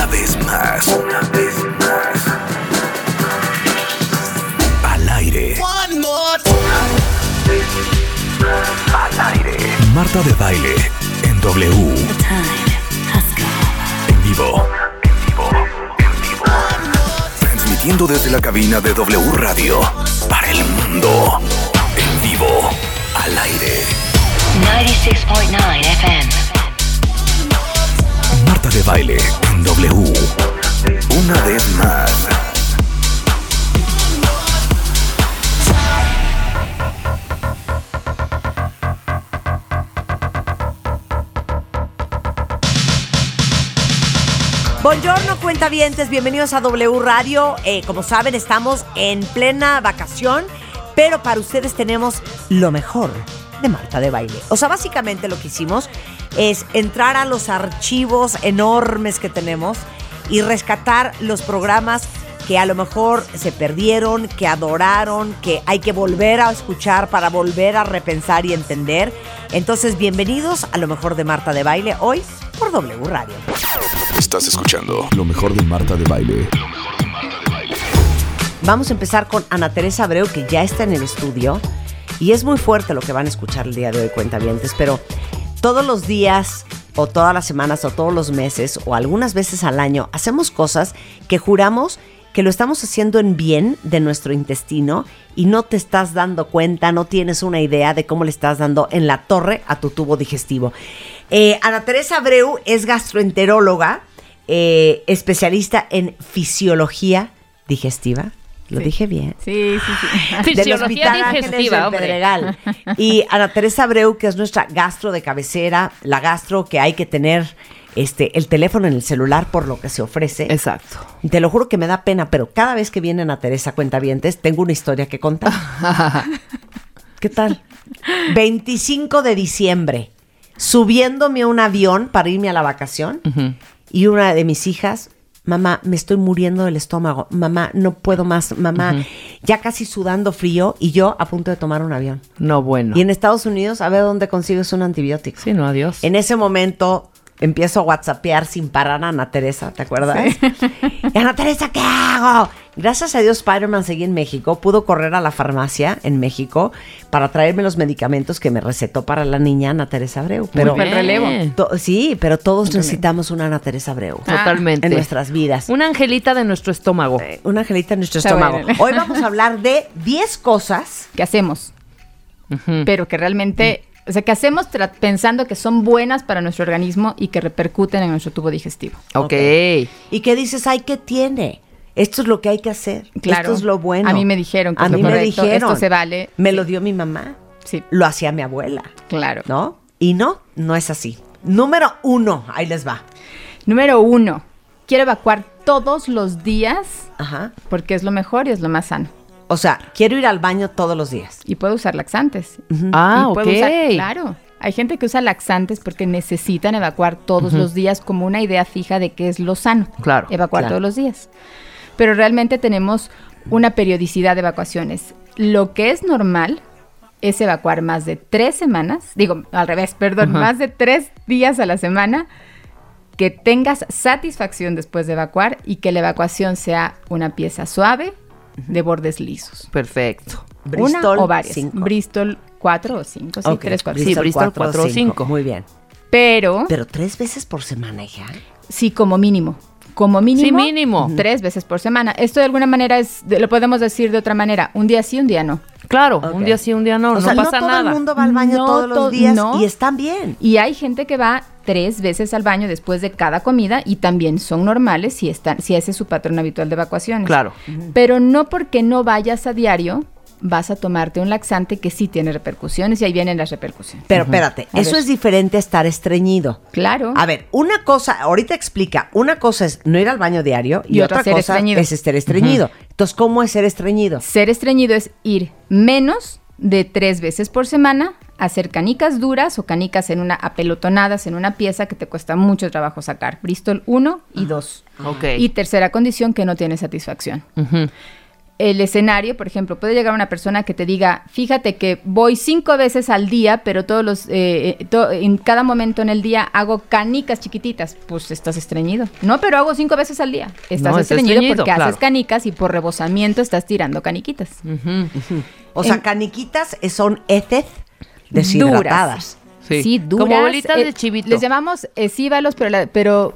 vez más. Al aire. Al aire. Marta de Baile en W. En vivo. Transmitiendo desde la cabina de W Radio para el mundo. En vivo. Al aire. 96.9 FM. Marta de Baile en W. Una vez más. Buongiorno, cuentavientes, bienvenidos a W Radio. Como saben, estamos en plena vacación, pero para ustedes tenemos lo mejor de Marta de Baile. O sea, básicamente lo que hicimos es entrar a los archivos enormes que tenemos y rescatar los programas que a lo mejor se perdieron, que adoraron, que hay que volver a escuchar para volver a repensar y entender. Entonces, bienvenidos a lo mejor de Marta de Baile hoy por W Radio. Estás escuchando lo mejor de Marta de Baile. Vamos a empezar con Ana Teresa Abreu, que ya está en el estudio. Y es muy fuerte lo que van a escuchar el día de hoy, cuentavientes. Pero todos los días, o todas las semanas, o todos los meses, o algunas veces al año, hacemos cosas que juramos que lo estamos haciendo en bien de nuestro intestino y no te estás dando cuenta, no tienes una idea de cómo le estás dando en la torre a tu tubo digestivo. Ana Teresa Abreu es gastroenteróloga, especialista en fisiología digestiva. ¿Lo dije bien? Sí. Del Hospital Ángeles del Pedregal. Y Ana Teresa Abreu, que es nuestra gastro de cabecera, la gastro que hay que tener el teléfono en el celular por lo que se ofrece. Exacto. Y te lo juro que me da pena, pero cada vez que viene Ana Teresa cuentavientes, tengo una historia que contar. ¿Qué tal? 25 de diciembre, subiéndome a un avión para irme a la vacación, y una de mis hijas: mamá, me estoy muriendo del estómago. Mamá, no puedo más. Mamá, ya casi sudando frío, y yo a punto de tomar un avión. No, bueno. Y en Estados Unidos, a ver dónde consigues un antibiótico. Sí, no, adiós. En ese momento empiezo a whatsappear sin parar a Ana Teresa, ¿te acuerdas? Sí. Y Ana Teresa, ¿qué hago? Gracias a Dios, Spider-Man seguí en México. Pudo correr a la farmacia en México para traerme los medicamentos que me recetó para la niña Ana Teresa Abreu. Pero el relevo. Sí, pero todos necesitamos una Ana Teresa Abreu. Totalmente. En nuestras vidas. Una angelita de nuestro estómago. Una angelita en nuestro Está estómago. bueno. Hoy vamos a hablar de 10 cosas Que hacemos, pero que realmente, o sea, que hacemos pensando que son buenas para nuestro organismo y que repercuten en nuestro tubo digestivo. Ok. y que dices, ay, ¿qué tiene? Esto es lo que hay que hacer. Claro. Esto es lo bueno. A mí me dijeron que a es lo mí me correcto, dijeron. esto se vale. Me lo dio mi mamá. Sí, Lo hacía mi abuela. claro. ¿No? Y no es así. Número 1, ahí les va. Número 1, quiero evacuar todos los días Ajá. porque es lo mejor y es lo más sano. O sea, quiero ir al baño todos los días. Y puedo usar laxantes. Ah, Y ok. puedo claro. Hay gente que usa laxantes porque necesitan evacuar todos los días como una idea fija de qué es lo sano. Claro, Evacuar claro. todos los días. Pero realmente tenemos una periodicidad de evacuaciones. Lo que es normal es evacuar más de 3 semanas, más de 3 días a la semana, que tengas satisfacción después de evacuar y que la evacuación sea una pieza suave de bordes lisos. Perfecto. Bristol, Una o varias. 5. Bristol 4 o 5, sí, Ok, 3, 4. Sí, Bristol 4 o 5. Muy bien. Pero, Pero 3 veces por semana, hija. sí, como mínimo. Como mínimo. Sí, mínimo. 3 veces por semana. Esto de alguna manera lo podemos decir de otra manera. Un día sí, un día no. Claro, Ok. un día sí, un día no. O sea, no pasa todo nada. el mundo va al baño No todos los to- días no. y están bien. Y hay gente que va 3 veces al baño después de cada comida y también son normales si ese es su patrón habitual de evacuaciones. Claro. Pero no porque no vayas a diario vas a tomarte un laxante que sí tiene repercusiones y ahí vienen las repercusiones. Pero espérate, A eso ver. es diferente a estar estreñido. Claro. A ver, una cosa, ahorita explica, una cosa es no ir al baño diario y otra ser cosa estreñido. es estar estreñido. Entonces, ¿cómo es ser estreñido? Ser estreñido es ir menos de 3 veces por semana a hacer canicas duras o canicas apelotonadas en una pieza que te cuesta mucho trabajo sacar. Bristol 1 y 2. Ok. Y tercera condición, que no tiene satisfacción. Ujú. el escenario, por ejemplo, puede llegar una persona que te diga, fíjate que voy 5 veces al día, pero en cada momento en el día hago canicas chiquititas. Pues estás estreñido. No, pero hago 5 veces al día. Estás estreñido porque haces canicas y por rebosamiento estás tirando caniquitas. O sea, caniquitas son heces deshidratadas. Sí, duras. Como bolitas de chivito. Les llamamos esíbalos, pero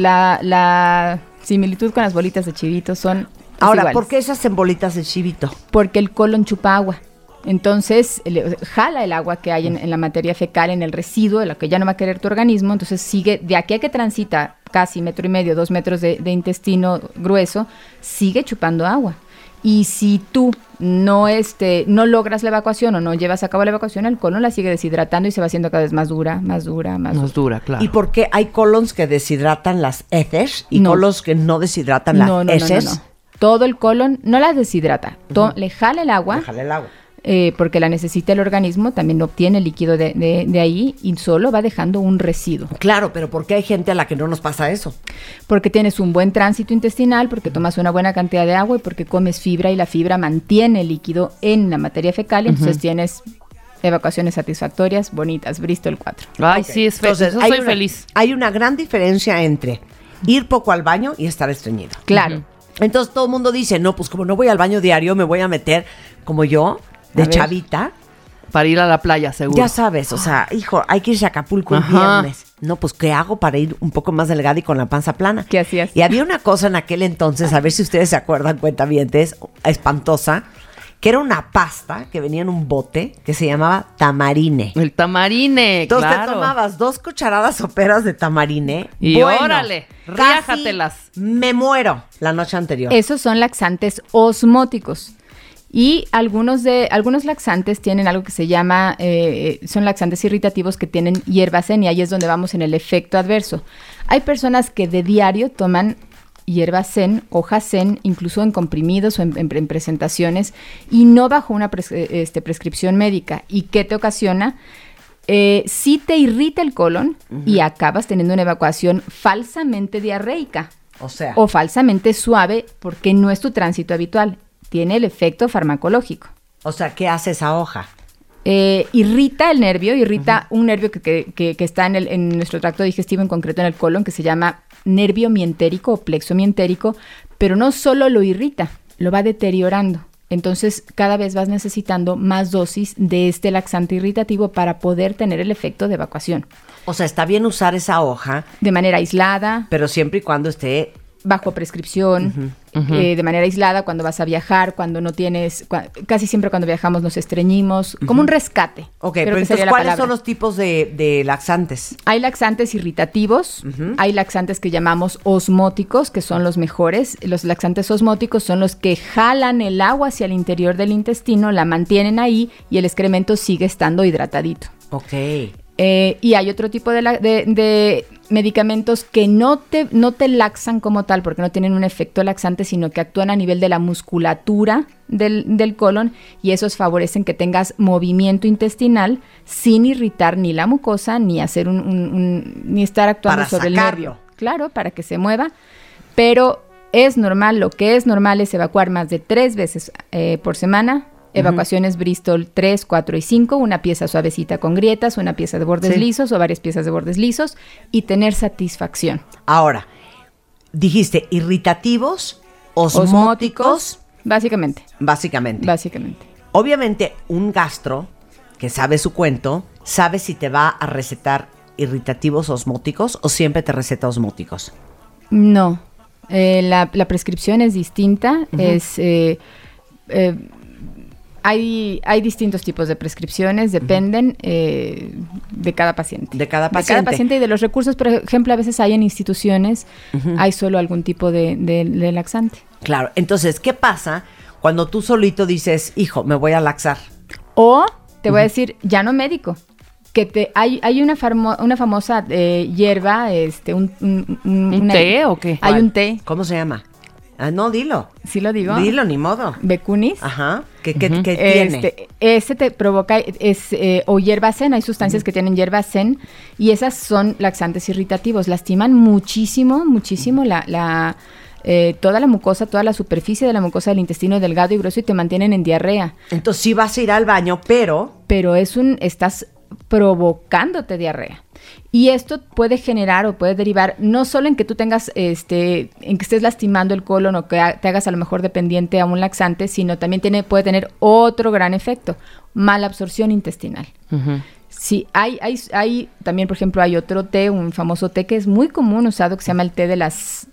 la similitud con las bolitas de chivito son Ahora, iguales. ¿por qué esas hacen bolitas de chivito? Porque el colon chupa agua. Entonces, jala el agua que hay en la materia fecal, en el residuo, de lo que ya no va a querer tu organismo. Entonces, sigue, de aquí a que transita casi 1.5 metros, 2 metros de intestino grueso, sigue chupando agua. Y si tú no logras la evacuación o no llevas a cabo la evacuación, el colon la sigue deshidratando y se va haciendo cada vez más dura, más dura, más dura. Más dura, claro. ¿Y por qué hay colons que deshidratan las heces y colons que no deshidratan las heces? No. Todo el colon no las deshidrata, le jala el agua. Porque la necesita el organismo, también obtiene líquido de ahí y solo va dejando un residuo. Claro, pero ¿por qué hay gente a la que no nos pasa eso? Porque tienes un buen tránsito intestinal, porque tomas una buena cantidad de agua y porque comes fibra y la fibra mantiene el líquido en la materia fecal y entonces tienes evacuaciones satisfactorias, bonitas, Bristol 4. Ay, sí, entonces, soy feliz. Hay una gran diferencia entre ir poco al baño y estar estreñido. Claro. Entonces todo el mundo dice, no, pues como no voy al baño diario, me voy a meter como yo, de chavita. Para ir a la playa, seguro. Ya sabes, o sea, hijo, hay que irse a Acapulco el viernes. No, pues, ¿qué hago para ir un poco más delgada y con la panza plana? ¿Qué hacías? Y había una cosa en aquel entonces, a ver si ustedes se acuerdan, cuentavientes, espantosa, que era una pasta que venía en un bote que se llamaba tamarine. El tamarine, Entonces claro. te tomabas 2 cucharadas soperas de tamarine. Y órale, riájatelas. Me muero la noche anterior. Esos son laxantes osmóticos. Y algunos laxantes tienen algo que se llama, son laxantes irritativos que tienen hierbacén y ahí es donde vamos en el efecto adverso. Hay personas que de diario toman hierbacén, hojacén, incluso en comprimidos o en presentaciones y no bajo una prescripción médica. ¿Y qué te ocasiona? Sí te irrita el colon y acabas teniendo una evacuación falsamente diarreica. O falsamente suave porque no es tu tránsito habitual. Tiene el efecto farmacológico. O sea, ¿qué hace esa hoja? Irrita el nervio, un nervio que está en nuestro tracto digestivo, en concreto en el colon, que se llama nervio mientérico o plexo mientérico, pero no solo lo irrita, lo va deteriorando. Entonces, cada vez vas necesitando más dosis de este laxante irritativo para poder tener el efecto de evacuación. O sea, está bien usar esa hoja. De manera aislada. Pero siempre y cuando esté bajo prescripción, de manera aislada, cuando vas a viajar, cuando no tienes, casi siempre cuando viajamos nos estreñimos, como un rescate. Ok, pero entonces, ¿cuáles son los tipos de laxantes? Hay laxantes irritativos, hay laxantes que llamamos osmóticos, que son los mejores. Los laxantes osmóticos son los que jalan el agua hacia el interior del intestino, la mantienen ahí y el excremento sigue estando hidratadito. Ok. Y hay otro tipo de medicamentos que no te laxan como tal, porque no tienen un efecto laxante, sino que actúan a nivel de la musculatura del colon, y esos favorecen que tengas movimiento intestinal sin irritar ni la mucosa, ni hacer ni estar actuando para sobre sacarlo. El nervio. Claro, para que se mueva, pero es normal, lo que es normal es evacuar más de 3 veces por semana. Evacuaciones Bristol 3, 4 y 5, una pieza suavecita con grietas, una pieza de bordes lisos o varias piezas de bordes lisos y tener satisfacción. Ahora, dijiste irritativos, osmóticos. Básicamente. Obviamente, un gastro que sabe su cuento, sabe si te va a recetar irritativos osmóticos o siempre te receta osmóticos. No, la prescripción es distinta, Hay distintos tipos de prescripciones, dependen de cada paciente. De cada paciente y de los recursos. Por ejemplo, a veces hay en instituciones, hay solo algún tipo de laxante. Claro, entonces, ¿qué pasa cuando tú solito dices, hijo, me voy a laxar? O te voy a decir, ya no médico, que hay una famosa hierba, ¿un té o qué? Hay un té. ¿Cómo se llama? No, dilo. ¿Sí lo digo? Dilo, ni modo. Becunis. Ajá. ¿Qué tiene? Ese te provoca, o hierbacén, hay sustancias que tienen hierbacén y esas son laxantes irritativos. Lastiman muchísimo toda la mucosa, toda la superficie de la mucosa del intestino delgado y grueso y te mantienen en diarrea. Entonces sí vas a ir al baño, pero estás provocándote diarrea. Y esto puede generar o puede derivar no solo en que tú tengas, en que estés lastimando el colon o que te hagas a lo mejor dependiente a un laxante, sino también puede tener otro gran efecto, mala absorción intestinal. Uh-huh. Sí, hay también, por ejemplo, hay otro té, un famoso té que es muy común usado, que se llama el té de las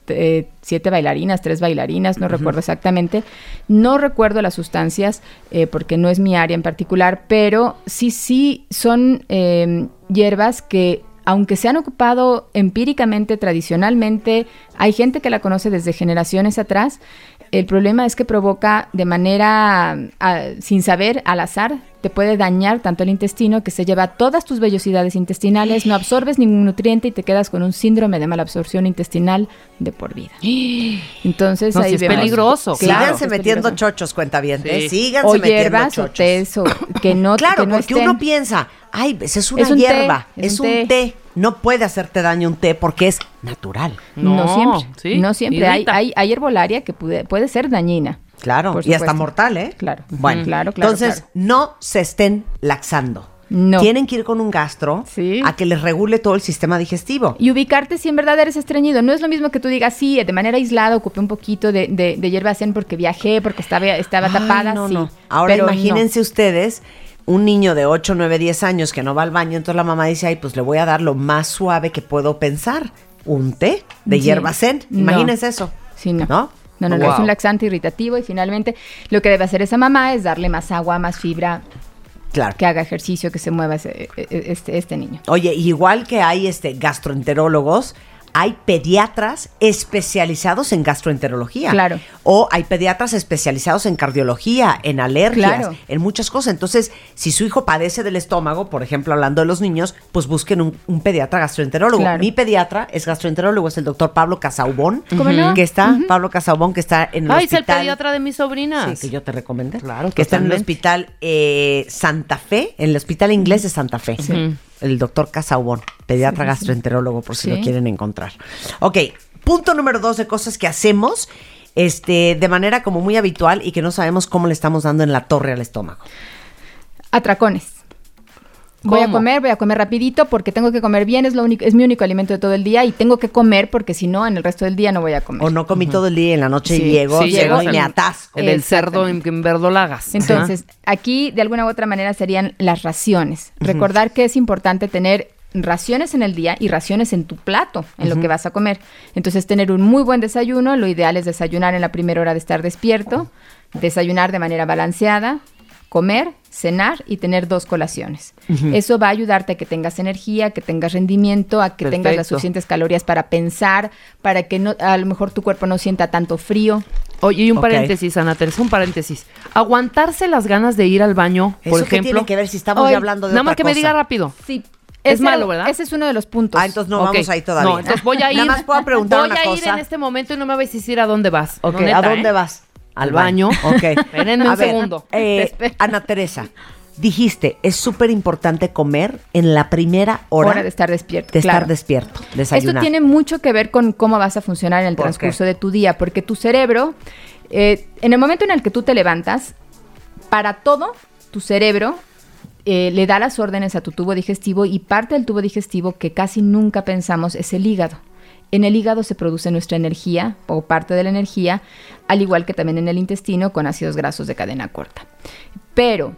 7 bailarinas, 3 bailarinas, no recuerdo exactamente. No recuerdo las sustancias porque no es mi área en particular, pero sí son hierbas que, aunque se han ocupado empíricamente, tradicionalmente, hay gente que la conoce desde generaciones atrás. El problema es que provoca de manera, sin saber, al azar, te puede dañar tanto el intestino que se lleva todas tus vellosidades intestinales, no absorbes ningún nutriente y te quedas con un síndrome de mala absorción intestinal de por vida. Entonces ahí es peligroso. Claro, síganse metiendo chochos, cuentavientes. Sí. Síganse o metiendo hierbas chochos. O tés, que no, claro, que no porque estén... uno piensa, ay, es una hierba, es un té. No puede hacerte daño un té porque es natural. No siempre. ¿Sí? No siempre. Hay herbolaria que puede ser dañina. Claro, y hasta mortal, ¿eh? Claro. Bueno, claro. Entonces, no se estén laxando. No. Tienen que ir con un gastro a que les regule todo el sistema digestivo. Y ubicarte si en verdad eres estreñido. No es lo mismo que tú digas, sí, de manera aislada ocupé un poquito de hierba zen porque viajé, porque estaba tapada. No. Ahora imagínense ustedes un niño de 8, 9, 10 años que no va al baño, entonces la mamá dice, ay, pues le voy a dar lo más suave que puedo pensar. Un té de hierba zen. Imagínense eso. Sí, no, es un laxante irritativo y finalmente lo que debe hacer esa mamá es darle más agua, más fibra. Claro. Que haga ejercicio, que se mueva este niño. Oye, igual que hay gastroenterólogos, hay pediatras especializados en gastroenterología. Claro. O hay pediatras especializados en cardiología, en alergias, en muchas cosas. Entonces, si su hijo padece del estómago, por ejemplo, hablando de los niños, pues busquen un pediatra gastroenterólogo. Claro. Mi pediatra es gastroenterólogo, es el doctor Pablo Casaubón. ¿Cómo no? Que está, Pablo Casaubón, que está en el hospital. Es el pediatra de mis sobrinas. Sí, que yo te recomendé. Claro, que está en el hospital Santa Fe, en el hospital inglés de Santa Fe. Sí. El doctor Casaubón, pediatra gastroenterólogo, por si lo quieren encontrar. Ok, punto número 2 de cosas que hacemos de manera como muy habitual y que no sabemos cómo le estamos dando en la torre al estómago. Atracones. Voy a comer rapidito porque tengo que comer bien, es mi único alimento de todo el día y tengo que comer porque si no, en el resto del día no voy a comer. O no comí todo el día y en la noche llego y me atasco. El cerdo en verdolagas. Entonces, aquí de alguna u otra manera serían las raciones. Recordar que es importante tener raciones en el día y raciones en tu plato, en lo que vas a comer. Entonces, tener un muy buen desayuno, lo ideal es desayunar en la primera hora de estar despierto, desayunar de manera balanceada, comer, cenar y tener 2 colaciones. Eso va a ayudarte a que tengas energía, que tengas rendimiento, a que tengas las suficientes calorías para pensar, para que no, a lo mejor tu cuerpo no sienta tanto frío. Oye, y un paréntesis, Ana Teresa, un paréntesis. Aguantarse las ganas de ir al baño, por ejemplo. ¿Qué tiene que ver si estamos ya hablando de nada otra más que cosa? me diga rápido. Sí. Es malo, ¿verdad? Ese es uno de los puntos. Entonces no vamos ahí todavía. No, entonces voy a ir. Nada más puedo preguntar una cosa. Voy a ir en este momento y no me vais a decir a dónde vas. Ok, ¿a dónde vas? Al baño. Ok. Espérenme un segundo. Ana Teresa, dijiste, es súper importante comer en la primera hora de estar despierto. Estar despierto, desayunar. Esto tiene mucho que ver con cómo vas a funcionar en el transcurso de tu día, porque tu cerebro, en el momento en el que tú te levantas, para todo, tu cerebro le da las órdenes a tu tubo digestivo y parte del tubo digestivo que casi nunca pensamos es el hígado. En el hígado se produce nuestra energía o parte de la energía, al igual que también en el intestino con ácidos grasos de cadena corta. Pero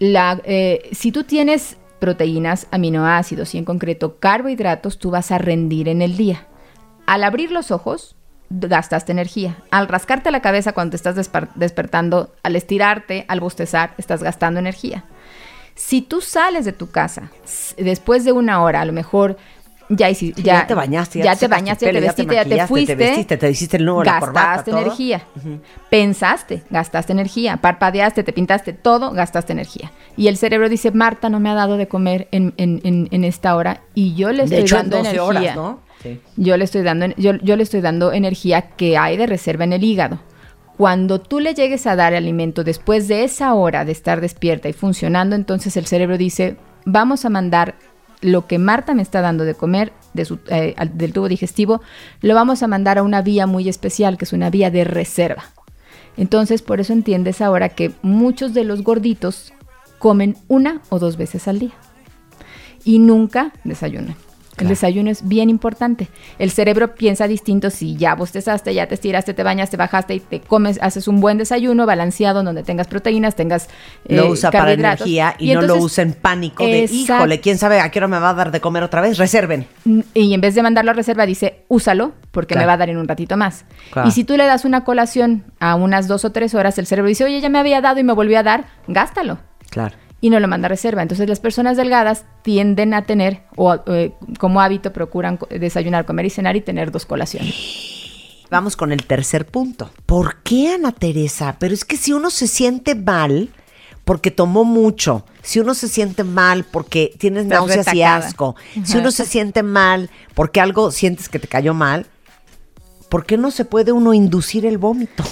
si tú tienes proteínas, aminoácidos y en concreto carbohidratos, tú vas a rendir en el día. Al abrir los ojos, gastaste energía. Al rascarte la cabeza cuando te estás despertando, al estirarte, al bostezar, estás gastando energía. Si tú sales de tu casa después de 1 hora, a lo mejor ya te bañaste, ya te vestiste, ya te fuiste, te hiciste el nudo, la corbata, gastaste energía. Pensaste, gastaste energía. Parpadeaste, te pintaste, todo, gastaste energía. Y el cerebro dice, Marta no me ha dado de comer en esta hora y yo le estoy dando energía. Horas, ¿no? Sí. Yo le estoy dando energía que hay de reserva en el hígado. Cuando tú le llegues a dar alimento después de esa hora de estar despierta y funcionando, entonces el cerebro dice, vamos a mandar lo que Marta me está dando de comer del tubo digestivo, lo vamos a mandar a una vía muy especial, que es una vía de reserva. Entonces, por eso entiendes ahora que muchos de los gorditos comen 1 o 2 veces al día y nunca desayunan. El desayuno es bien importante. El cerebro piensa distinto si ya bostezaste, ya te estiraste, te bañas, te bajaste y te comes, haces un buen desayuno balanceado donde tengas proteínas, tengas lo usa para energía y no entonces, lo usa en pánico de, híjole, ¿quién sabe a qué hora me va a dar de comer otra vez? Reserven. Y en vez de mandarlo a reserva, dice, úsalo porque me va a dar en un ratito más. Claro. Y si tú le das una colación a unas 2 o 3 horas, el cerebro dice, oye, ya me había dado y me volvió a dar, gástalo. Claro. Y no lo manda a reserva. Entonces las personas delgadas tienden a tener, como hábito procuran desayunar, comer y cenar y tener 2 colaciones. Vamos con el tercer punto. ¿Por qué, Ana Teresa? Pero es que si uno se siente mal porque tomó mucho, si uno se siente mal porque tienes náuseas y asco, si uno se siente mal porque algo sientes que te cayó mal, ¿por qué no se puede uno inducir el vómito?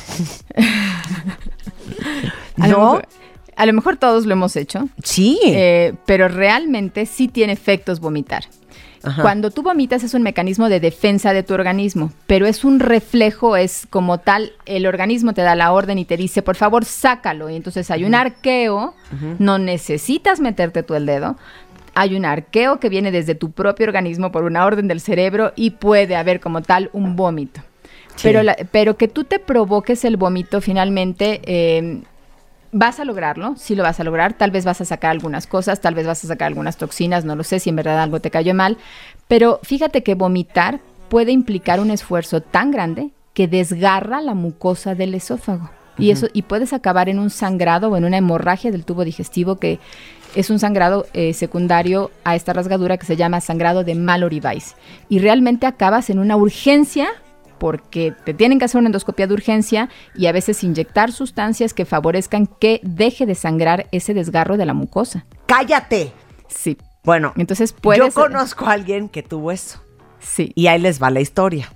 ¿No? A lo mejor todos lo hemos hecho. Sí. Pero realmente sí tiene efectos vomitar. Ajá. Cuando tú vomitas es un mecanismo de defensa de tu organismo, pero es un reflejo, es como tal, el organismo te da la orden y te dice, por favor, sácalo. Y entonces hay un arqueo, no necesitas meterte tú el dedo, hay un arqueo que viene desde tu propio organismo por una orden del cerebro y puede haber como tal un vómito. Sí. Pero que tú te provoques el vómito finalmente... ¿vas a lograrlo? Sí lo vas a lograr. Tal vez vas a sacar algunas cosas, tal vez vas a sacar algunas toxinas, no lo sé si en verdad algo te cayó mal. Pero fíjate que vomitar puede implicar un esfuerzo tan grande que desgarra la mucosa del esófago. Y puedes acabar en un sangrado o en una hemorragia del tubo digestivo, que es un sangrado secundario a esta rasgadura que se llama sangrado de Mallory-Weiss. Y realmente acabas en una urgencia, porque te tienen que hacer una endoscopia de urgencia y a veces inyectar sustancias que favorezcan que deje de sangrar ese desgarro de la mucosa. ¡Cállate! Sí. Bueno, entonces yo conozco a alguien que tuvo eso. Sí. Y ahí les va la historia.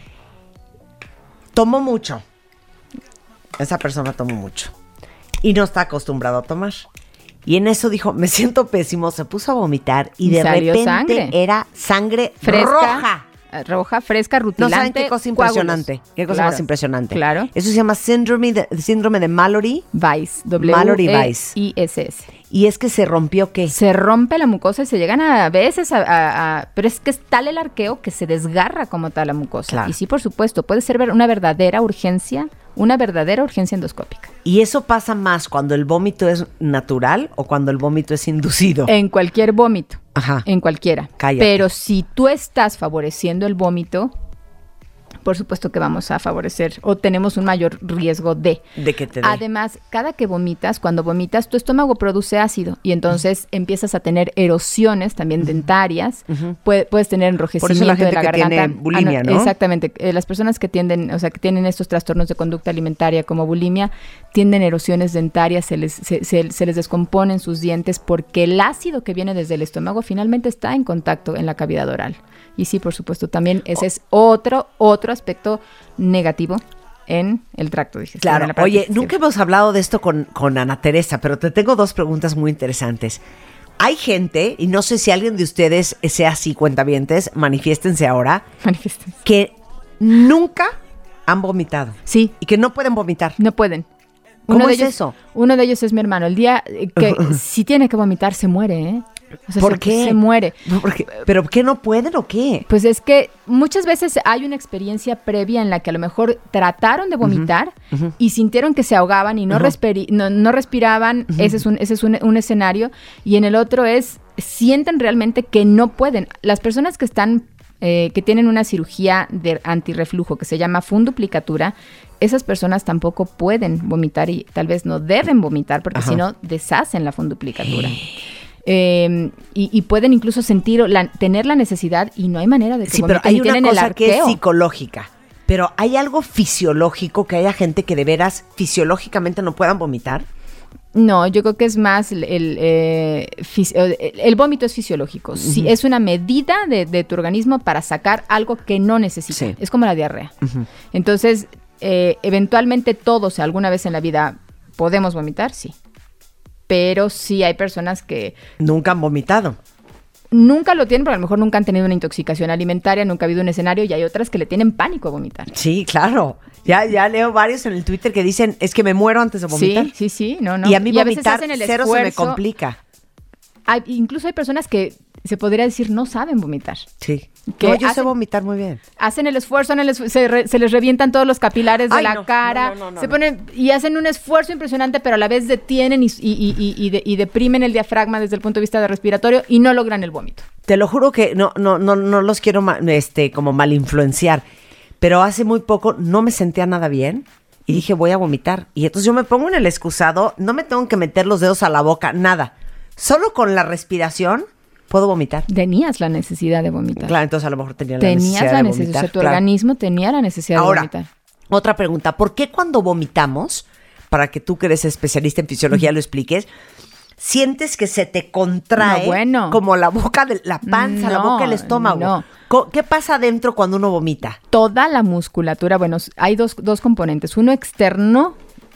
Tomó mucho. Esa persona tomó mucho. Y no está acostumbrado a tomar. Y en eso dijo, me siento pésimo, se puso a vomitar y de repente sangre. Era sangre fresca. Roja, fresca, rutilante. No saben qué cosa impresionante. Coágulos. Qué cosa más impresionante. Claro. Eso se llama síndrome de Mallory-Weiss. Mallory-Weiss. Y es que se rompió, ¿qué? Se rompe la mucosa y se llegan a veces pero es que es tal el arqueo que se desgarra como tal la mucosa. Claro. Y sí, por supuesto, puede ser una verdadera urgencia endoscópica. ¿Y eso pasa más cuando el vómito es natural o cuando el vómito es inducido? En cualquier vómito. Ajá. En cualquiera. Cállate. Pero si tú estás favoreciendo el vómito, por supuesto que vamos a favorecer o tenemos un mayor riesgo de que te dé. Además, cuando vomitas, tu estómago produce ácido y entonces empiezas a tener erosiones también dentarias, puedes tener enrojecimiento de la garganta. Tiene bulimia, ¿no? Exactamente. Las personas que tienen estos trastornos de conducta alimentaria como bulimia, tienden erosiones dentarias, se les descomponen sus dientes porque el ácido que viene desde el estómago finalmente está en contacto en la cavidad oral. Y sí, por supuesto, también ese es otro aspecto negativo en el tracto digestivo. Claro, oye, nunca hemos hablado de esto con Ana Teresa, pero te tengo 2 preguntas muy interesantes. Hay gente, y no sé si alguien de ustedes sea así, cuentavientes, manifiéstense ahora, que nunca han vomitado. Sí. Y que no pueden vomitar. No pueden. ¿Cómo es eso? Uno de ellos es mi hermano. El día que si tiene que vomitar, se muere, ¿eh? O sea, ¿por qué? Se muere. ¿Pero qué no pueden o qué? Pues es que muchas veces hay una experiencia previa en la que a lo mejor trataron de vomitar y sintieron que se ahogaban y no respiraban. Ese es un escenario. Y en el otro sienten realmente que no pueden. Las personas que tienen una cirugía de antirreflujo que se llama funduplicatura, esas personas tampoco pueden vomitar y tal vez no deben vomitar porque si no deshacen la funduplicatura. Y pueden incluso tener la necesidad y no hay manera de que vomiten. Sí, pero hay una cosa que es psicológica. Pero ¿hay algo fisiológico que haya gente que de veras fisiológicamente no puedan vomitar? No, yo creo que es más el vómito es fisiológico. Sí, es una medida de tu organismo para sacar algo que no necesita. Sí. Es como la diarrea. Entonces, eventualmente todos alguna vez en la vida podemos vomitar, sí. Pero sí hay personas que... Nunca han vomitado. nunca lo tienen, pero a lo mejor nunca han tenido una intoxicación alimentaria, nunca ha habido un escenario, y hay otras que le tienen pánico a vomitar. Sí, claro. Ya leo varios en el Twitter que dicen, es que me muero antes de vomitar. Sí, no. Y a mí y vomitar cero se me complica. Incluso hay personas que se podría decir no saben vomitar. Sí. Que No, yo sé vomitar muy bien. Hacen el esfuerzo, se les revientan todos los capilares de la cara, se ponen y hacen un esfuerzo impresionante, pero a la vez detienen y deprimen el diafragma desde el punto de vista de respiratorio y no logran el vómito. Te lo juro que no los quiero como mal influenciar, pero hace muy poco no me sentía nada bien y dije voy a vomitar. Y entonces yo me pongo en el excusado, no me tengo que meter los dedos a la boca, nada. Solo con la respiración puedo vomitar. Tenías la necesidad de vomitar. Claro, entonces a lo mejor tenías la necesidad de vomitar. O sea, tu organismo tenía la necesidad de vomitar. Otra pregunta. ¿Por qué cuando vomitamos, para que tú que eres especialista en fisiología lo expliques, sientes que se te contrae como la boca, la panza, la boca del estómago? No. ¿Qué pasa adentro cuando uno vomita? Toda la musculatura, bueno, hay dos componentes. Uno externo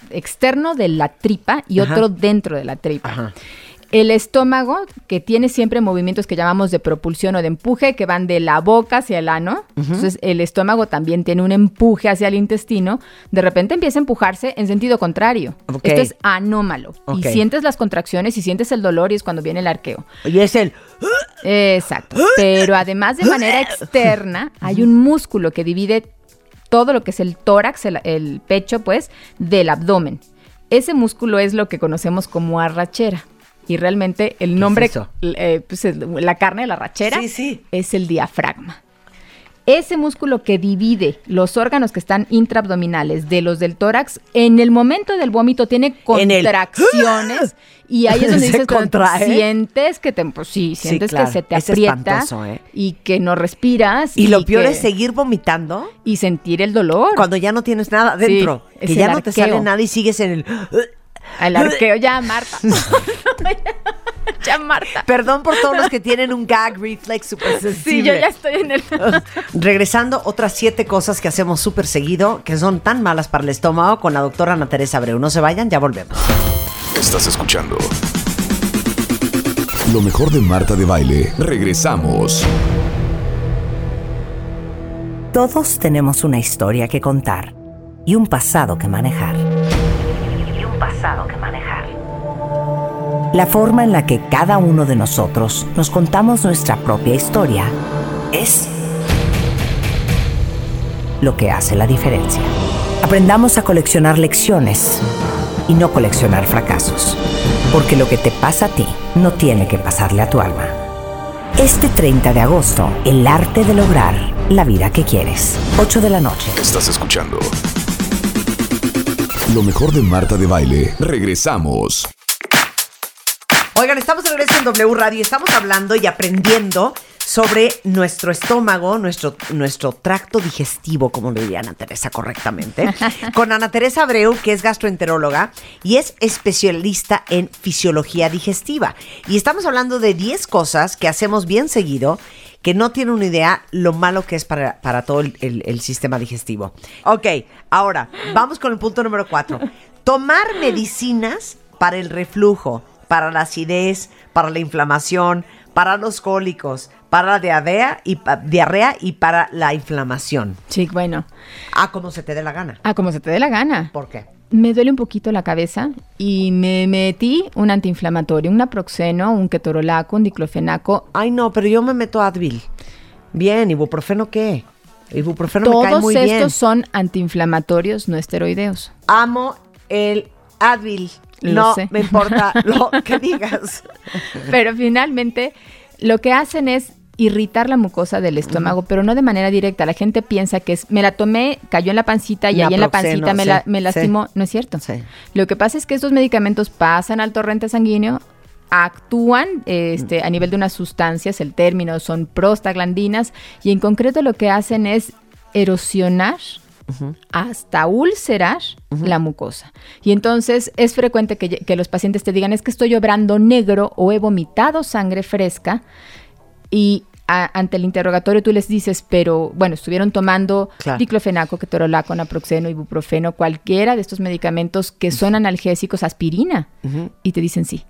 de la tripa y otro dentro de la tripa. Ajá. El estómago, que tiene siempre movimientos que llamamos de propulsión o de empuje, que van de la boca hacia el ano. Uh-huh. Entonces, el estómago también tiene un empuje hacia el intestino. De repente empieza a empujarse en sentido contrario. Okay. Esto es anómalo. Okay. Y sientes las contracciones y sientes el dolor y es cuando viene el arqueo. Y es el... Exacto. Pero además, de manera externa, hay un músculo que divide todo lo que es el tórax, el pecho, pues, del abdomen. Ese músculo es lo que conocemos como arrachera. Y realmente el nombre, pues la carne de la arrachera, es el diafragma. Ese músculo que divide los órganos que están intraabdominales de los del tórax, en el momento del vómito tiene contracciones y ahí es donde dices, sientes que sientes que se te aprieta y que no respiras. Y lo peor es seguir vomitando. Y sentir el dolor. Cuando ya no tienes nada adentro, que ya no te sale nada y sigues en el... El arqueo, ya, Marta. Ya, Marta. Perdón por todos los que tienen un gag reflex súper sensible. Sí, yo ya estoy en el... Regresando, otras 7 cosas que hacemos súper seguido, que son tan malas para el estómago, con la doctora Ana Teresa Abreu. No se vayan, ya volvemos. Estás escuchando lo mejor de Marta de Baile. Regresamos. Todos tenemos una historia que contar y un pasado que manejar. La forma en la que cada uno de nosotros nos contamos nuestra propia historia es lo que hace la diferencia. Aprendamos a coleccionar lecciones y no coleccionar fracasos, porque lo que te pasa a ti no tiene que pasarle a tu alma. Este 30 de agosto, el arte de lograr la vida que quieres. 8 de la noche. Estás escuchando lo mejor de Marta de Baile. Regresamos. Oigan, estamos de regreso en W Radio. Estamos hablando y aprendiendo sobre nuestro estómago, nuestro tracto digestivo, como le diría Ana Teresa correctamente, con Ana Teresa Abreu, que es gastroenteróloga y es especialista en fisiología digestiva. Y estamos hablando de 10 cosas que hacemos bien seguido, que no tienen una idea lo malo que es para todo el sistema digestivo. Ok, ahora, vamos con el punto número 4. Tomar medicinas para el reflujo, para la acidez, para la inflamación, para los cólicos, para la diarrea y para la inflamación. Sí, bueno. Como se te dé la gana. Como se te dé la gana. ¿Por qué? Me duele un poquito la cabeza y me metí un antiinflamatorio, un naproxeno, un ketorolaco, un diclofenaco. Ay, no, pero yo me meto Advil. Bien, ¿ibuprofeno qué? Ibuprofeno me cae muy bien. Todos estos son antiinflamatorios no esteroideos. Amo el Advil. No me importa lo que digas. Pero finalmente lo que hacen es irritar la mucosa del estómago, pero no de manera directa. La gente piensa que me la tomé, cayó en la pancita y ahí en la pancita me lastimó. No es cierto. Sí. Lo que pasa es que estos medicamentos pasan al torrente sanguíneo, actúan a nivel de unas sustancias, el término son prostaglandinas, y en concreto lo que hacen es erosionar hasta ulcerar la mucosa. Y entonces es frecuente que los pacientes te digan, es que estoy obrando negro o he vomitado sangre fresca, y ante el interrogatorio tú les dices, pero bueno, estuvieron tomando diclofenaco, ketorolaco, naproxeno, ibuprofeno, cualquiera de estos medicamentos que son analgésicos, aspirina, y te dicen sí.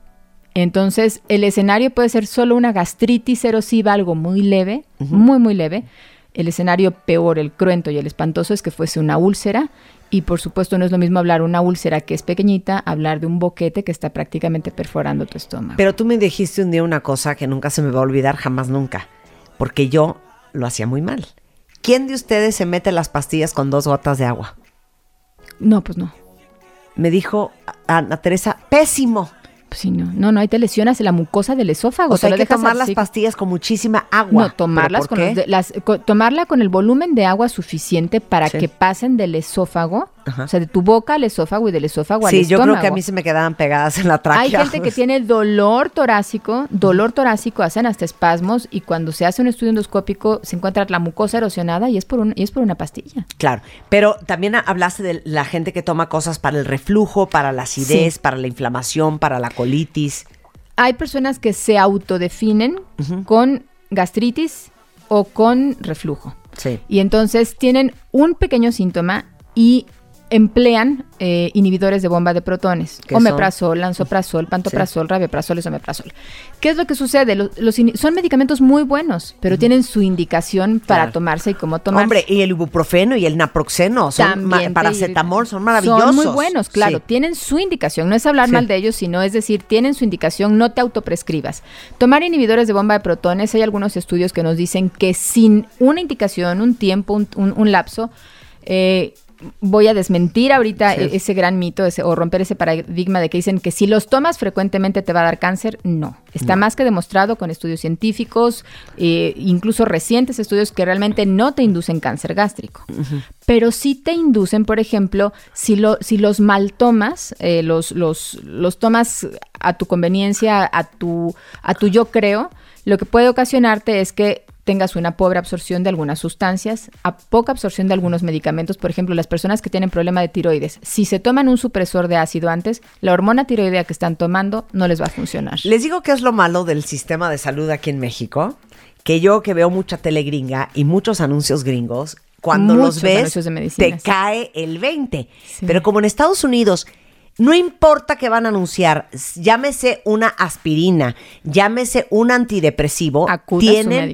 Entonces, el escenario puede ser solo una gastritis erosiva, algo muy leve, muy leve. El escenario peor, el cruento y el espantoso es que fuese una úlcera. Y por supuesto no es lo mismo hablar de una úlcera que es pequeñita, hablar de un boquete que está prácticamente perforando tu estómago. Pero tú me dijiste un día una cosa que nunca se me va a olvidar, jamás nunca. Porque yo lo hacía muy mal. ¿Quién de ustedes se mete las pastillas con 2 gotas de agua? No, pues no. Me dijo Ana Teresa, pésimo. Pues sí, no, ahí te lesionas la mucosa del esófago. O sea, hay que tomar así, las pastillas con muchísima agua. No, tomarlas ¿Por qué? tomarla con el volumen de agua suficiente para que pasen del esófago, o sea, de tu boca al esófago y del esófago al estómago. Sí, yo creo que a mí se me quedaban pegadas en la tráquea. Hay gente que tiene dolor torácico, hacen hasta espasmos y cuando se hace un estudio endoscópico se encuentra la mucosa erosionada y es por una pastilla. Claro, pero también hablaste de la gente que toma cosas para el reflujo, para la acidez, para la inflamación, para la colitis. Hay personas que se autodefinen con gastritis o con reflujo. Sí. Y entonces tienen un pequeño síntoma y emplean inhibidores de bomba de protones. Omeprazol, lansoprazol, pantoprazol, rabeprazol, esomeprazol. ¿Qué es lo que sucede? Son medicamentos muy buenos, pero tienen su indicación para tomarse y cómo tomarse. Hombre, y el ibuprofeno y el naproxeno, paracetamol, son maravillosos. Son muy buenos, claro. Tienen su indicación. No es hablar mal de ellos, sino es decir, tienen su indicación, no te autoprescribas. Tomar inhibidores de bomba de protones, hay algunos estudios que nos dicen que sin una indicación, un tiempo, un lapso, voy a desmentir ahorita ese gran mito o romper ese paradigma de que dicen que si los tomas frecuentemente te va a dar cáncer. No, está más que demostrado con estudios científicos, incluso recientes estudios que realmente no te inducen cáncer gástrico. Pero sí te inducen, por ejemplo, si los mal tomas, los tomas a tu conveniencia, a tu yo creo, lo que puede ocasionarte es que tengas una pobre absorción de algunas sustancias, a poca absorción de algunos medicamentos. Por ejemplo, las personas que tienen problema de tiroides, si se toman un supresor de ácido antes, la hormona tiroidea que están tomando no les va a funcionar. Les digo que es lo malo del sistema de salud aquí en México, que veo mucha tele gringa y muchos anuncios gringos, cuando los ves te cae el 20. Sí. Pero como en Estados Unidos, no importa que van a anunciar, llámese una aspirina, llámese un antidepresivo, tienen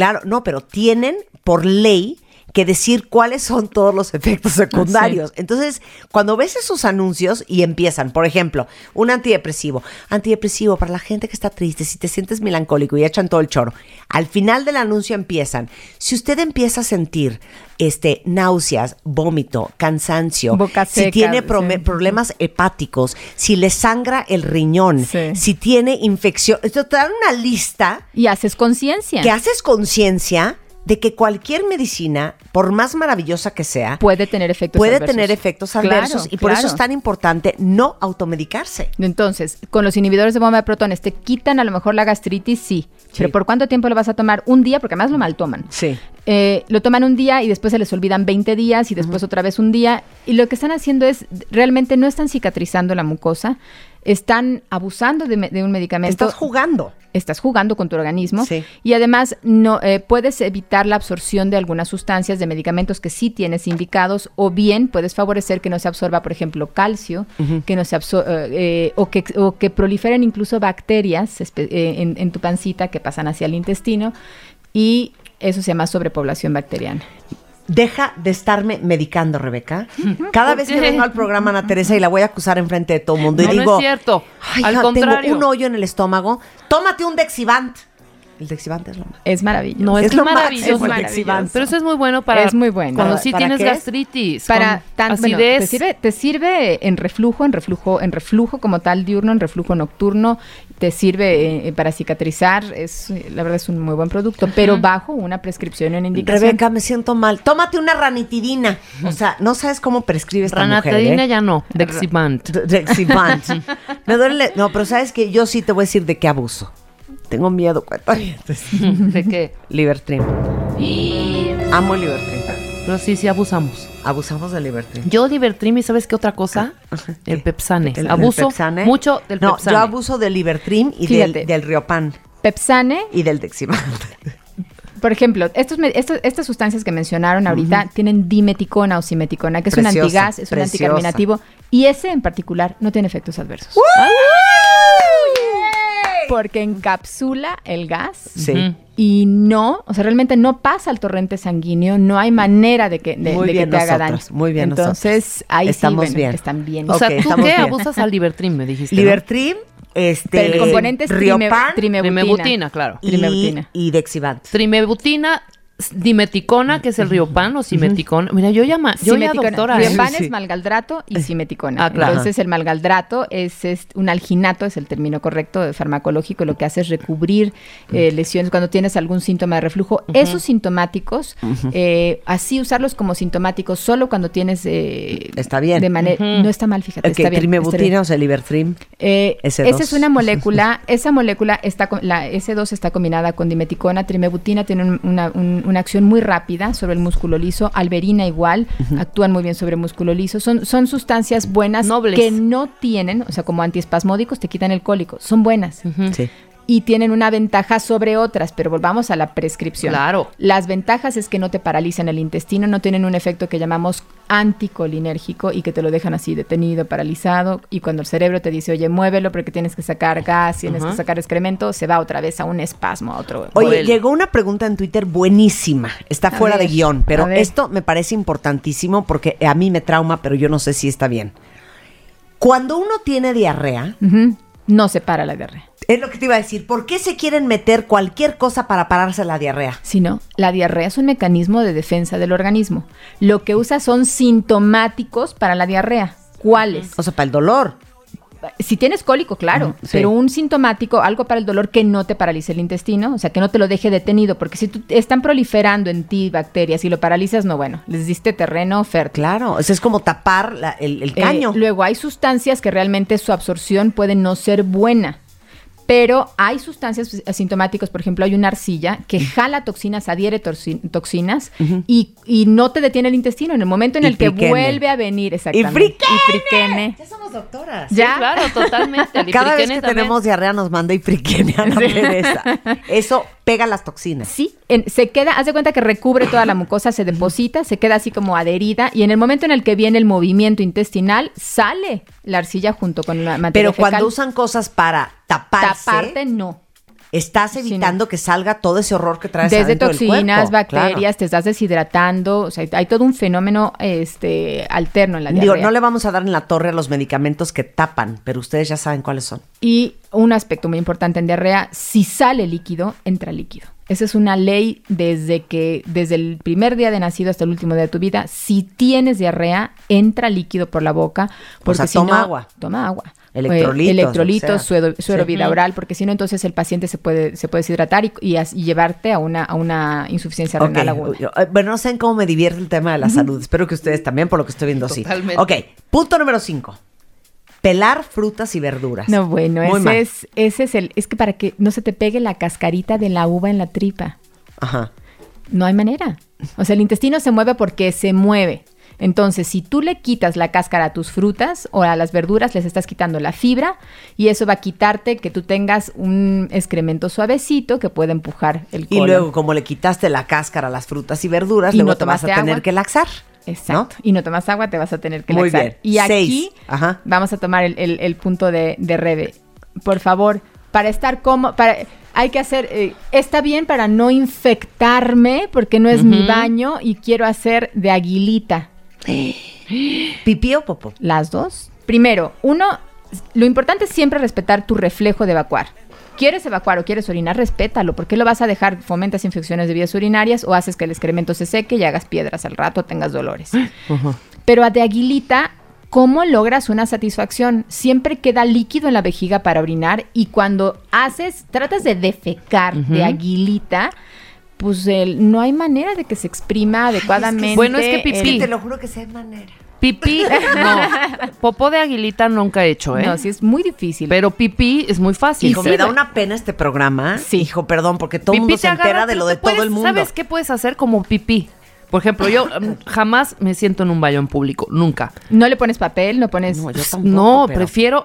por ley que decir cuáles son todos los efectos secundarios. Sí. Entonces, cuando ves esos anuncios y empiezan, por ejemplo, un antidepresivo para la gente que está triste, si te sientes melancólico y echan todo el choro. Al final del anuncio empiezan, si usted empieza a sentir náuseas, vómito, cansancio, boca seca, si tiene problemas hepáticos, si le sangra el riñón, si tiene infección, esto te dan una lista. Y haces conciencia. Que haces conciencia de que cualquier medicina, por más maravillosa que sea, puede tener efectos adversos. Claro, y por eso es tan importante no automedicarse. Entonces, con los inhibidores de bomba de protones, ¿te quitan a lo mejor la gastritis? Sí. Pero ¿por cuánto tiempo lo vas a tomar? Un día, porque además lo mal toman. Sí. Lo toman un día y después se les olvidan 20 días y después otra vez un día. Y lo que están haciendo es, realmente no están cicatrizando la mucosa, están abusando de un medicamento. Estás jugando con tu organismo y además no puedes evitar la absorción de algunas sustancias de medicamentos que sí tienes indicados, o bien puedes favorecer que no se absorba, por ejemplo, calcio, que no se o que proliferen incluso bacterias en tu pancita que pasan hacia el intestino, y eso se llama sobrepoblación bacteriana. Deja de estarme medicando, Rebeca. Cada vez que vengo al programa, Ana Teresa, y la voy a acusar enfrente de todo el mundo, y digo, no es cierto. Al contrario, tengo un hoyo en el estómago, tómate un Dexivant. El Dexivant es lo más. Es maravilloso. No, es maravilloso. Maravilloso. Pero eso es muy bueno para... Es muy bueno. Cuando sí tienes gastritis, para acidez. Te sirve en reflujo como tal diurno, en reflujo nocturno. Te sirve para cicatrizar. La verdad es un muy buen producto, pero bajo una prescripción en indicación. Rebeca, me siento mal. Tómate una ranitidina. O sea, no sabes cómo prescribe esta mujer. Ranitidina ya no. Dexivant. Me duele. No, pero sabes que yo sí te voy a decir de qué abuso. Tengo miedo, cuentavientes. ¿De qué? Libertrim. Amo el Libertrim. Pero sí abusamos. Abusamos del Libertrim. Yo Libertrim, ¿y sabes qué otra cosa? El Pepsane. Abuso mucho del Pepsane. Yo abuso del Libertrim y del Riopan. Pepsane. Y del Dexivant. Por ejemplo, estas sustancias que mencionaron ahorita tienen dimeticona o simeticona, que es un antigás, es un anticarminativo, y ese en particular no tiene efectos adversos. porque encapsula el gas. Sí. Y no, o sea, realmente no pasa al torrente sanguíneo, no hay manera de que te haga daño. Muy bien. Entonces, ahí estamos sí, bien. Están bien. O sea, ¿tú estamos qué bien. abusas al Libertrim, me dijiste? Libertrim, Pero el componente es Riopan Trimebutina, claro. y Dexivan. Trimebutina, dimeticona, que es el Riopan, o simeticona. Mira, yo ya doctora. Riopan Sí. es malgaldrato y simeticona. Ah, claro. Entonces, el malgaldrato es un alginato, es el término correcto farmacológico. Lo que hace es recubrir lesiones cuando tienes algún síntoma de reflujo. Esos sintomáticos, así usarlos como sintomáticos solo cuando tienes... Está bien. De manera, no está mal, fíjate. Okay, está bien. Trimebutina, o sea, Libertrim. Esa es una molécula. Esa molécula la S2 está combinada con dimeticona. Trimebutina tiene una acción muy rápida sobre el músculo liso. Alberina igual, actúan muy bien sobre el músculo liso. Son sustancias buenas Nobles. que no tienen, o sea, como antiespasmódicos te quitan el cólico. Son buenas. Sí. Y tienen una ventaja sobre otras, pero volvamos a la prescripción. Claro. Las ventajas es que no te paralizan el intestino, no tienen un efecto que llamamos anticolinérgico y que te lo dejan así detenido, paralizado, y cuando el cerebro te dice, oye, muévelo porque tienes que sacar gas, tienes que sacar excremento, se va otra vez a un espasmo, a otro... Oye, llegó una pregunta en Twitter buenísima. Está fuera de guión, pero esto me parece importantísimo porque a mí me trauma, pero yo no sé si está bien. Cuando uno tiene diarrea... No se para la diarrea. Es lo que te iba a decir. ¿Por qué se quieren meter cualquier cosa para pararse la diarrea? Si no, la diarrea es un mecanismo de defensa del organismo. Lo que usa son sintomáticos para la diarrea. ¿Cuáles? O sea, para el dolor. Si tienes cólico, claro, Sí. pero un sintomático, algo para el dolor que no te paralice el intestino, o sea, que no te lo deje detenido, porque si están proliferando en ti bacterias y lo paralizas, no, bueno, les diste terreno fértil. Claro, o sea, es como tapar el caño. Luego hay sustancias que realmente su absorción puede no ser buena. Pero hay sustancias asintomáticas, por ejemplo, hay una arcilla que jala toxinas, adhiere toxinas y no te detiene el intestino. En el momento en el que vuelve a venir, exactamente. ¡Ifriquene! Ya somos doctoras. Sí, claro, totalmente. El Cada vez ifriquene que también. tenemos diarrea nos manda ifriquene a la pereza. Eso pega las toxinas. Sí, se queda, haz de cuenta que recubre toda la mucosa, se deposita, se queda así como adherida y en el momento en el que viene el movimiento intestinal, sale la arcilla junto con la materia Pero fecal. cuando usan cosas para taparte, no. estás evitando que salga todo ese horror que traes Desde adentro del toxinas, cuerpo. bacterias, Claro. te estás deshidratando, o sea, hay todo un fenómeno alterno en la diarrea. Digo, no le vamos a dar en la torre a los medicamentos que tapan, pero ustedes ya saben cuáles son. Y un aspecto muy importante en diarrea, si sale líquido, entra líquido. Esa es una ley desde el primer día de nacido hasta el último día de tu vida. Si tienes diarrea, entra líquido por la boca. Porque O sea, toma agua. Toma agua. Electrolitos, suero bidaural, porque si no, entonces el paciente se puede deshidratar y llevarte a una insuficiencia renal aguda. Bueno, no sé cómo me divierte el tema de la salud. Espero que ustedes también, por lo que estoy viendo, Totalmente. sí. Ok, punto número 5. Pelar frutas y verduras. No, bueno, Muy mal. ese es es que para que no se te pegue la cascarita de la uva en la tripa. Ajá. No hay manera. O sea, el intestino se mueve porque se mueve. Entonces, si tú le quitas la cáscara a tus frutas o a las verduras, les estás quitando la fibra y eso va a quitarte que tú tengas un excremento suavecito que pueda empujar el colon. Y luego, como le quitaste la cáscara a las frutas y verduras, Y luego no te vas a tomaste tener agua. que laxar. Exacto. Y no tomas agua, te vas a tener que Muy laxar. bien. Y aquí 6. Ajá. vamos a tomar el punto de Rebe. Por favor, para estar cómodo, hay que hacer, está bien para no infectarme, porque no es mi baño y quiero hacer de aguilita. ¿Pipí o popó? Las dos. Primero, lo importante es siempre respetar tu reflejo de evacuar. ¿Quieres evacuar o quieres orinar? Respétalo. ¿Por qué lo vas a dejar? Fomentas infecciones de vías urinarias o haces que el excremento se seque y hagas piedras al rato, tengas dolores. Pero de aguilita, ¿cómo logras una satisfacción? Siempre queda líquido en la vejiga para orinar y cuando tratas de defecar de aguilita, pues no hay manera de que se exprima adecuadamente. Bueno, es que pipí. Te lo juro que sí hay manera. Pipí, no. Popó de aguilita nunca he hecho, ¿eh? No, sí es muy difícil. Pero pipí es muy fácil. Hijo, me da una pena este programa. Sí. Hijo, perdón, porque todo el mundo Pipí se te entera agarra, de pero lo de te todo puedes- el mundo. ¿Sabes qué puedes hacer como pipí? Por ejemplo, yo jamás me siento en un baño en público, nunca. No le pones papel, no pones... No, yo tampoco. No, pero- prefiero...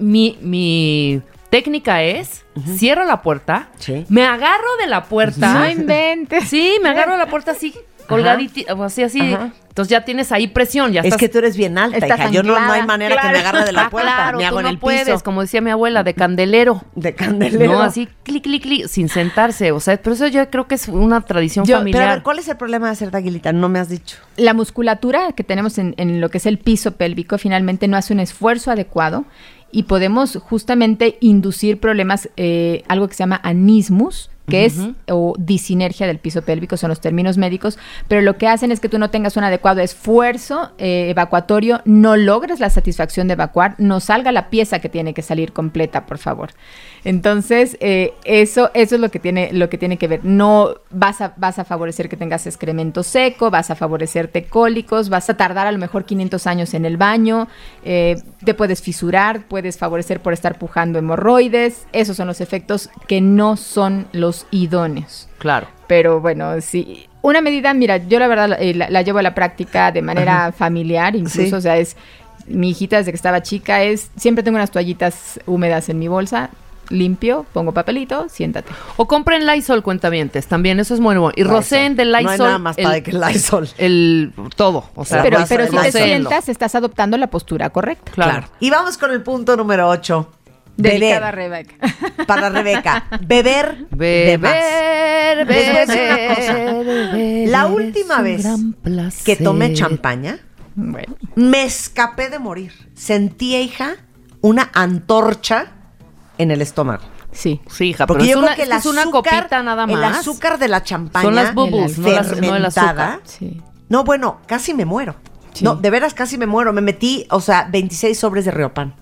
Mi técnica es, cierro la puerta, Sí. me agarro de la puerta. No inventes. Sí, me agarro de la puerta así, colgadita, o así. Ajá. Entonces ya tienes ahí presión, ya Es estás... que tú eres bien alta, estás hija. Yo no hay anclada. manera que me agarre de la puerta. Claro, me hago tú en no el puedes, piso. como decía mi abuela, de candelero. De candelero. No, así, clic, clic, clic, sin sentarse. O sea, pero eso yo creo que es una tradición Pero familiar. a ver, ¿cuál es el problema de hacer taguilita? No me has dicho. La musculatura que tenemos en lo que es el piso pélvico finalmente no hace un esfuerzo adecuado y podemos justamente inducir problemas, algo que se llama anismus, que es o disinergia del piso pélvico, son los términos médicos, pero lo que hacen es que tú no tengas un adecuado esfuerzo evacuatorio, no logres la satisfacción de evacuar, no salga la pieza que tiene que salir completa, por favor. Entonces, eso es lo que tiene que ver. No vas a favorecer que tengas excremento seco, vas a favorecerte cólicos, vas a tardar a lo mejor 500 años en el baño, te puedes fisurar, puedes favorecer por estar pujando hemorroides. Esos son los efectos que no son los idóneos. Claro. Pero bueno, sí. Una medida, mira, yo la verdad la llevo a la práctica de manera familiar, incluso, Sí. o sea, mi hijita desde que estaba chica siempre tengo unas toallitas húmedas en mi bolsa, limpio, pongo papelito, siéntate. O compren Lysol, cuentavientes, también, eso es muy bueno. Y Lysol. rocen del Lysol. No hay nada más padre que el Lysol. Todo, o sea, pero Lysol, si te Lysol. sientas, estás adoptando la postura correcta. Claro. Y vamos con el punto número 8. Delicada Beber. Rebeca. Para Rebeca. Beber de más. Beber, Les voy a decir una cosa. beber, La es última un vez gran placer. que tomé champaña, Bueno, me escapé de morir. Sentí, hija, una antorcha en el estómago. sí. Sí, hija, Porque pero yo es creo que es una copita nada más. el azúcar de la champaña Son las bubbles, no el fermentada. azúcar. Sí. No, bueno, casi me muero. Sí. No, de veras casi me muero. Me metí, 26 sobres de Riopan.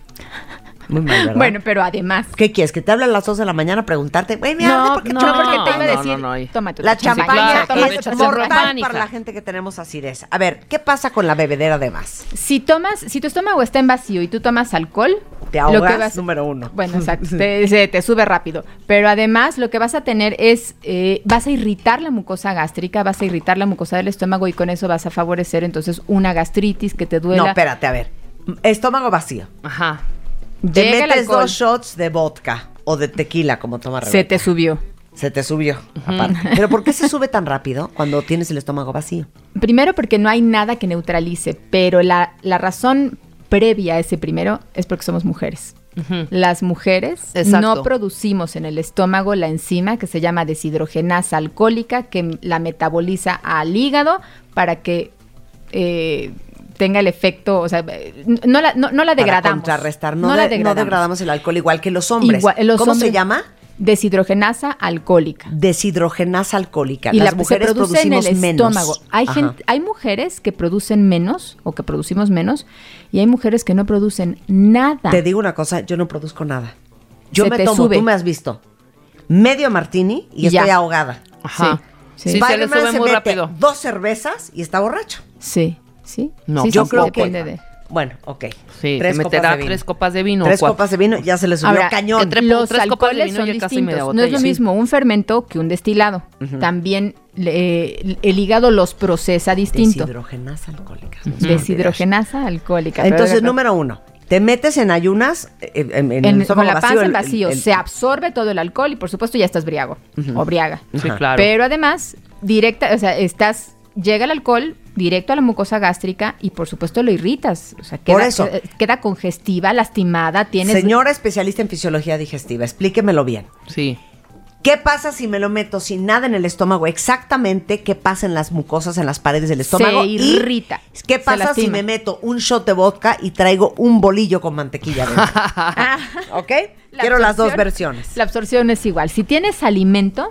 Muy mal, ¿verdad? Bueno, pero además. ¿Qué quieres? ¿Que te hable a las 2 de la mañana a preguntarte? Güey, me arde porque no, champaña. porque te iba a no, decir, no. toma tu La champaña claro, toma, es échate mortal Riopan, hija. para la gente que tenemos acidez. A ver, ¿qué pasa con la bebedera de más? Si tu estómago está en vacío y tú tomas alcohol, Te ahogas, lo que vas, número 1. Bueno, exacto, te sube rápido. Pero además lo que vas a tener es, vas a irritar la mucosa gástrica, vas a irritar la mucosa del estómago y con eso vas a favorecer entonces una gastritis que te duela. No, espérate, a ver. Estómago vacío. Ajá. Te Llega el metes alcohol, 2 shots de vodka o de tequila, como toma Rebeca. se te subió. Se te subió, aparte. ¿Pero por qué se sube tan rápido cuando tienes el estómago vacío? Primero porque no hay nada que neutralice, pero la razón previa a ese primero es porque somos mujeres. Las mujeres Exacto. no producimos en el estómago la enzima que se llama deshidrogenasa alcohólica que la metaboliza al hígado para que tenga el efecto, o sea, no la Para degradamos. contrarrestar. No No, la no degradamos el alcohol igual que los hombres. ¿Cómo se llama? Deshidrogenasa alcohólica. Deshidrogenasa alcohólica. Y Las se mujeres produce en producimos el menos. estómago. Hay mujeres que producen menos o que producimos menos y hay mujeres que no producen nada. Te digo una cosa, yo no produzco nada. Yo Se me te tomo, sube. tú me has visto, medio martini y Ya. estoy ahogada. Ajá. Sí, Sí, se le Spider-Man sube se muy mete rápido. 2 cervezas y está borracho. Sí. No, Sí, Yo sí, creo depende que... de... Bueno, ok. Sí, 3 se copas meterá de vino. 3 copas de vino. 3 ¿cuál? copas de vino, ya se le subió Ahora, cañón. entre- los 3 copas de alcoholes vino son ya casi media distintos. No es lo botella. mismo un fermento que un destilado. También el hígado los procesa distinto. Deshidrogenasa alcohólica. Deshidrogenasa alcohólica. pero Entonces, de- número 1, te metes en ayunas, en el con estómago la panza vacío. en vacío, se absorbe todo el alcohol y por supuesto ya estás briago o briaga. Sí, claro. Pero además, llega el alcohol directo a la mucosa gástrica y por supuesto lo irritas. O sea, Por eso. queda congestiva, lastimada, tienes... Señora especialista en fisiología digestiva, explíquemelo bien. Sí. ¿Qué pasa si me lo meto sin nada en el estómago? Exactamente qué pasa en las mucosas, en las paredes del estómago. Se irrita, ¿Y qué se pasa si lastima. me meto un shot de vodka y traigo un bolillo con mantequilla dentro? ¿Ok? La Quiero las dos absorción- versiones. La absorción es igual. Si tienes alimento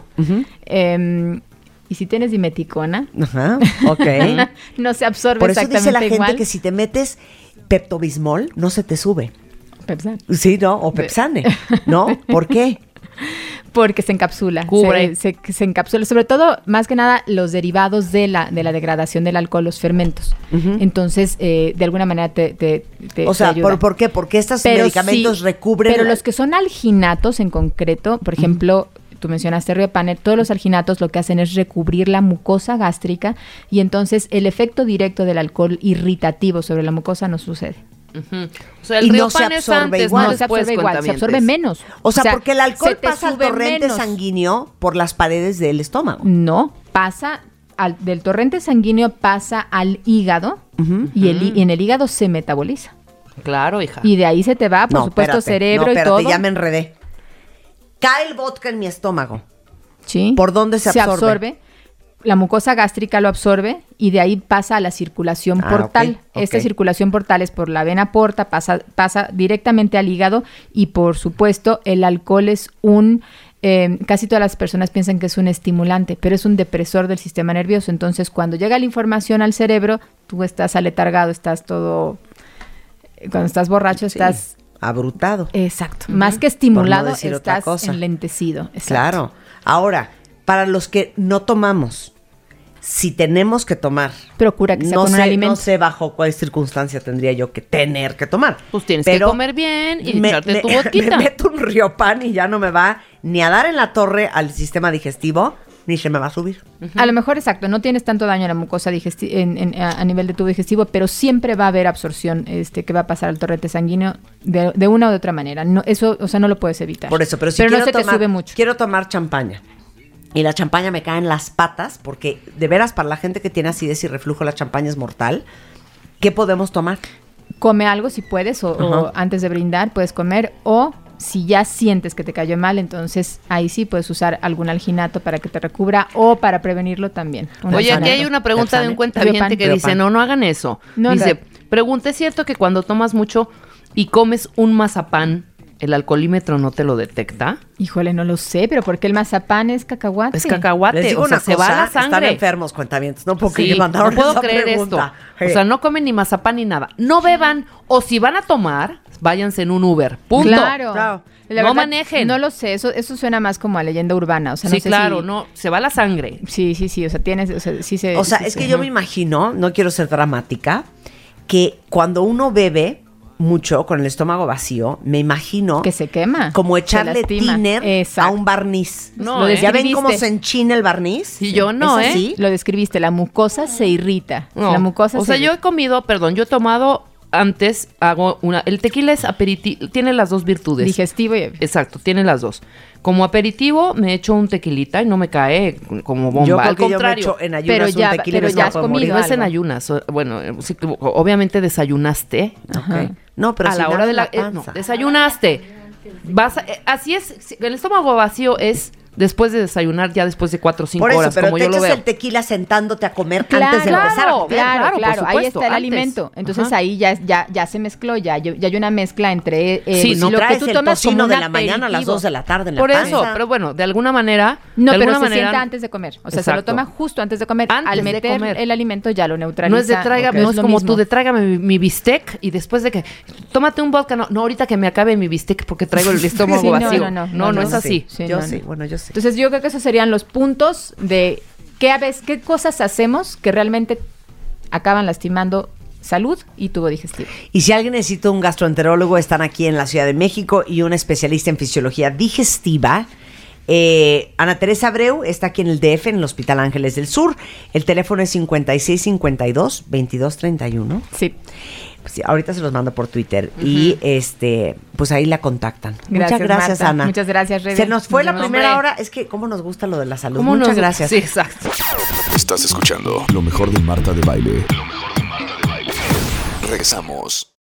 y si tienes dimeticona, Ajá, ok. no se absorbe Por eso dice exactamente la gente igual. que si te metes Pepto-Bismol, no se te sube. Pepsan. Sí, ¿no? O Pepsane, ¿no? ¿Por qué? Porque se encapsula. Cubre. Se encapsula. Sobre todo, más que nada, los derivados de la degradación del alcohol, los fermentos. Entonces, de alguna manera te O sea, te ayuda. ¿por qué? Porque estos Pero medicamentos sí, recubren... Pero la- los que son alginatos en concreto, por ejemplo, tú mencionaste Riopan, todos los alginatos lo que hacen es recubrir la mucosa gástrica y entonces el efecto directo del alcohol irritativo sobre la mucosa no sucede. O sea, el Y no Riopan se es absorbe antes, igual. no No se después, absorbe igual, se cuentavientes. absorbe menos. O sea, porque el alcohol se te pasa al sube torrente menos. sanguíneo por las paredes del estómago. No, pasa del torrente sanguíneo pasa al hígado y en el hígado se metaboliza. Claro, hija. Y de ahí se te va, por supuesto, cerebro y todo. Ya me enredé. Cae el vodka en mi estómago. Sí. ¿Por dónde se absorbe? La mucosa gástrica lo absorbe y de ahí pasa a la circulación portal. Ok. Esta circulación portal es por la vena porta, pasa directamente al hígado y por supuesto el alcohol es casi todas las personas piensan que es un estimulante, pero es un depresor del sistema nervioso. Entonces cuando llega la información al cerebro, tú estás aletargado, estás todo... Cuando estás borracho estás... abrutado. Exacto. Más que estimulado, Por no decir otra estás cosa. enlentecido. Exacto. Claro. Ahora, para los que no tomamos, si tenemos que tomar, Procura que sea con un alimento. No sé bajo cuál circunstancia tendría yo que tener que tomar. Pues tienes que comer bien y echarte tu vodquita. Me meto un Riopan y ya no me va ni a dar en la torre al sistema digestivo, ni se me va a subir. A lo mejor, exacto, no tienes tanto daño en la mucosa a nivel de tubo digestivo, pero siempre va a haber absorción que va a pasar al torrente sanguíneo de una u de otra manera. No, eso, o sea, no lo puedes evitar. Por eso, pero si no se te sube mucho. Quiero tomar champaña. Y la champaña me cae en las patas, porque de veras para la gente que tiene acidez y reflujo la champaña es mortal. ¿Qué podemos tomar? Come algo si puedes o antes de brindar puedes comer, o si ya sientes que te cayó mal, entonces ahí sí puedes usar algún alginato para que te recubra o para prevenirlo también. Oye, aquí hay una pregunta de un cuentaviente que dice, no hagan eso. Dice, pregunta, ¿es cierto que cuando tomas mucho y comes un mazapán, el alcoholímetro no te lo detecta? Híjole, no lo sé, pero ¿por qué el mazapán es cacahuate? Es cacahuate, Les digo o sea, una se cosa, va la sangre. Están enfermos, cuentavientes. No puedo Sí, creer que mandaron no puedo esa creer pregunta. esto. O sea, no comen ni mazapán ni nada. No beban, o si van a tomar, váyanse en un Uber. Punto. Claro. La No verdad, manejen. No lo sé, eso suena más como a leyenda urbana. O sea, Sí, no sé claro, si... no, se va la sangre. Sí, o sea, Es que yo me imagino, no quiero ser dramática, que cuando uno bebe mucho con el estómago vacío, me imagino que se quema, como se echarle lastima. tiner Exacto. a un barniz. No, Lo ¿Ya ven describiste. cómo se enchina el barniz? Y yo no, ¿Es así? Lo describiste, la mucosa se irrita. No. La mucosa O sea, yo he tomado antes, el tequila es aperitivo, tiene las dos virtudes. digestivo y... Exacto, tiene las dos. Como aperitivo me echo un tequilita y no me cae como bomba. Yo creo Al que contrario. yo me echo en ayunas un tequila y pero no ya has puedo comido morir. No es en algo. ayunas. Bueno, sí, obviamente desayunaste. Ok. No, pero a si la me hora arde de la... panza. no, desayunaste. Así es. El estómago vacío es después de desayunar, ya después de 4 o 5 Por eso, horas, pero como te yo lo echas veo. el tequila sentándote a comer Claro, antes de empezar a claro, comer. claro, por ahí supuesto, está el antes. alimento. Entonces Ajá. ahí ya se mezcló, ya hay una mezcla entre Sí, no lo que traes tú el tomas como tocino un de la mañana a las aperitivo. 2 de la tarde en la Por panza. eso, pero bueno, de alguna manera... No, de pero alguna se sienta antes de comer. O sea, se lo Exacto. toma justo antes de comer. Antes Al de meter comer. el alimento ya lo neutraliza. No es de tráigame, Ok. no es lo como mismo. tú de tráigame mi bistec y después de que tómate un vodka, no ahorita que me acabe mi bistec porque traigo el estómago Sí, no, vacío. no, es así. Sí, yo no, sí, no. bueno, yo sí. Entonces yo creo que esos serían los puntos de qué cosas hacemos que realmente acaban lastimando salud y tubo digestivo. Y si alguien necesita un gastroenterólogo, están aquí en la Ciudad de México y un especialista en fisiología digestiva. Ana Teresa Abreu está aquí en el DF, en el Hospital Ángeles del Sur. El teléfono es 5652-2231. Sí. Pues sí, ahorita se los mando por Twitter y pues ahí la contactan. Muchas Gracias, gracias, Marta. Ana. Muchas gracias, Rebe. Se nos fue la No, primera hombre. hora. Es que cómo nos gusta lo de la salud. ¿Cómo Muchas nos- gracias. Sí, exacto. Estás escuchando lo mejor de Marta de Baile. Regresamos.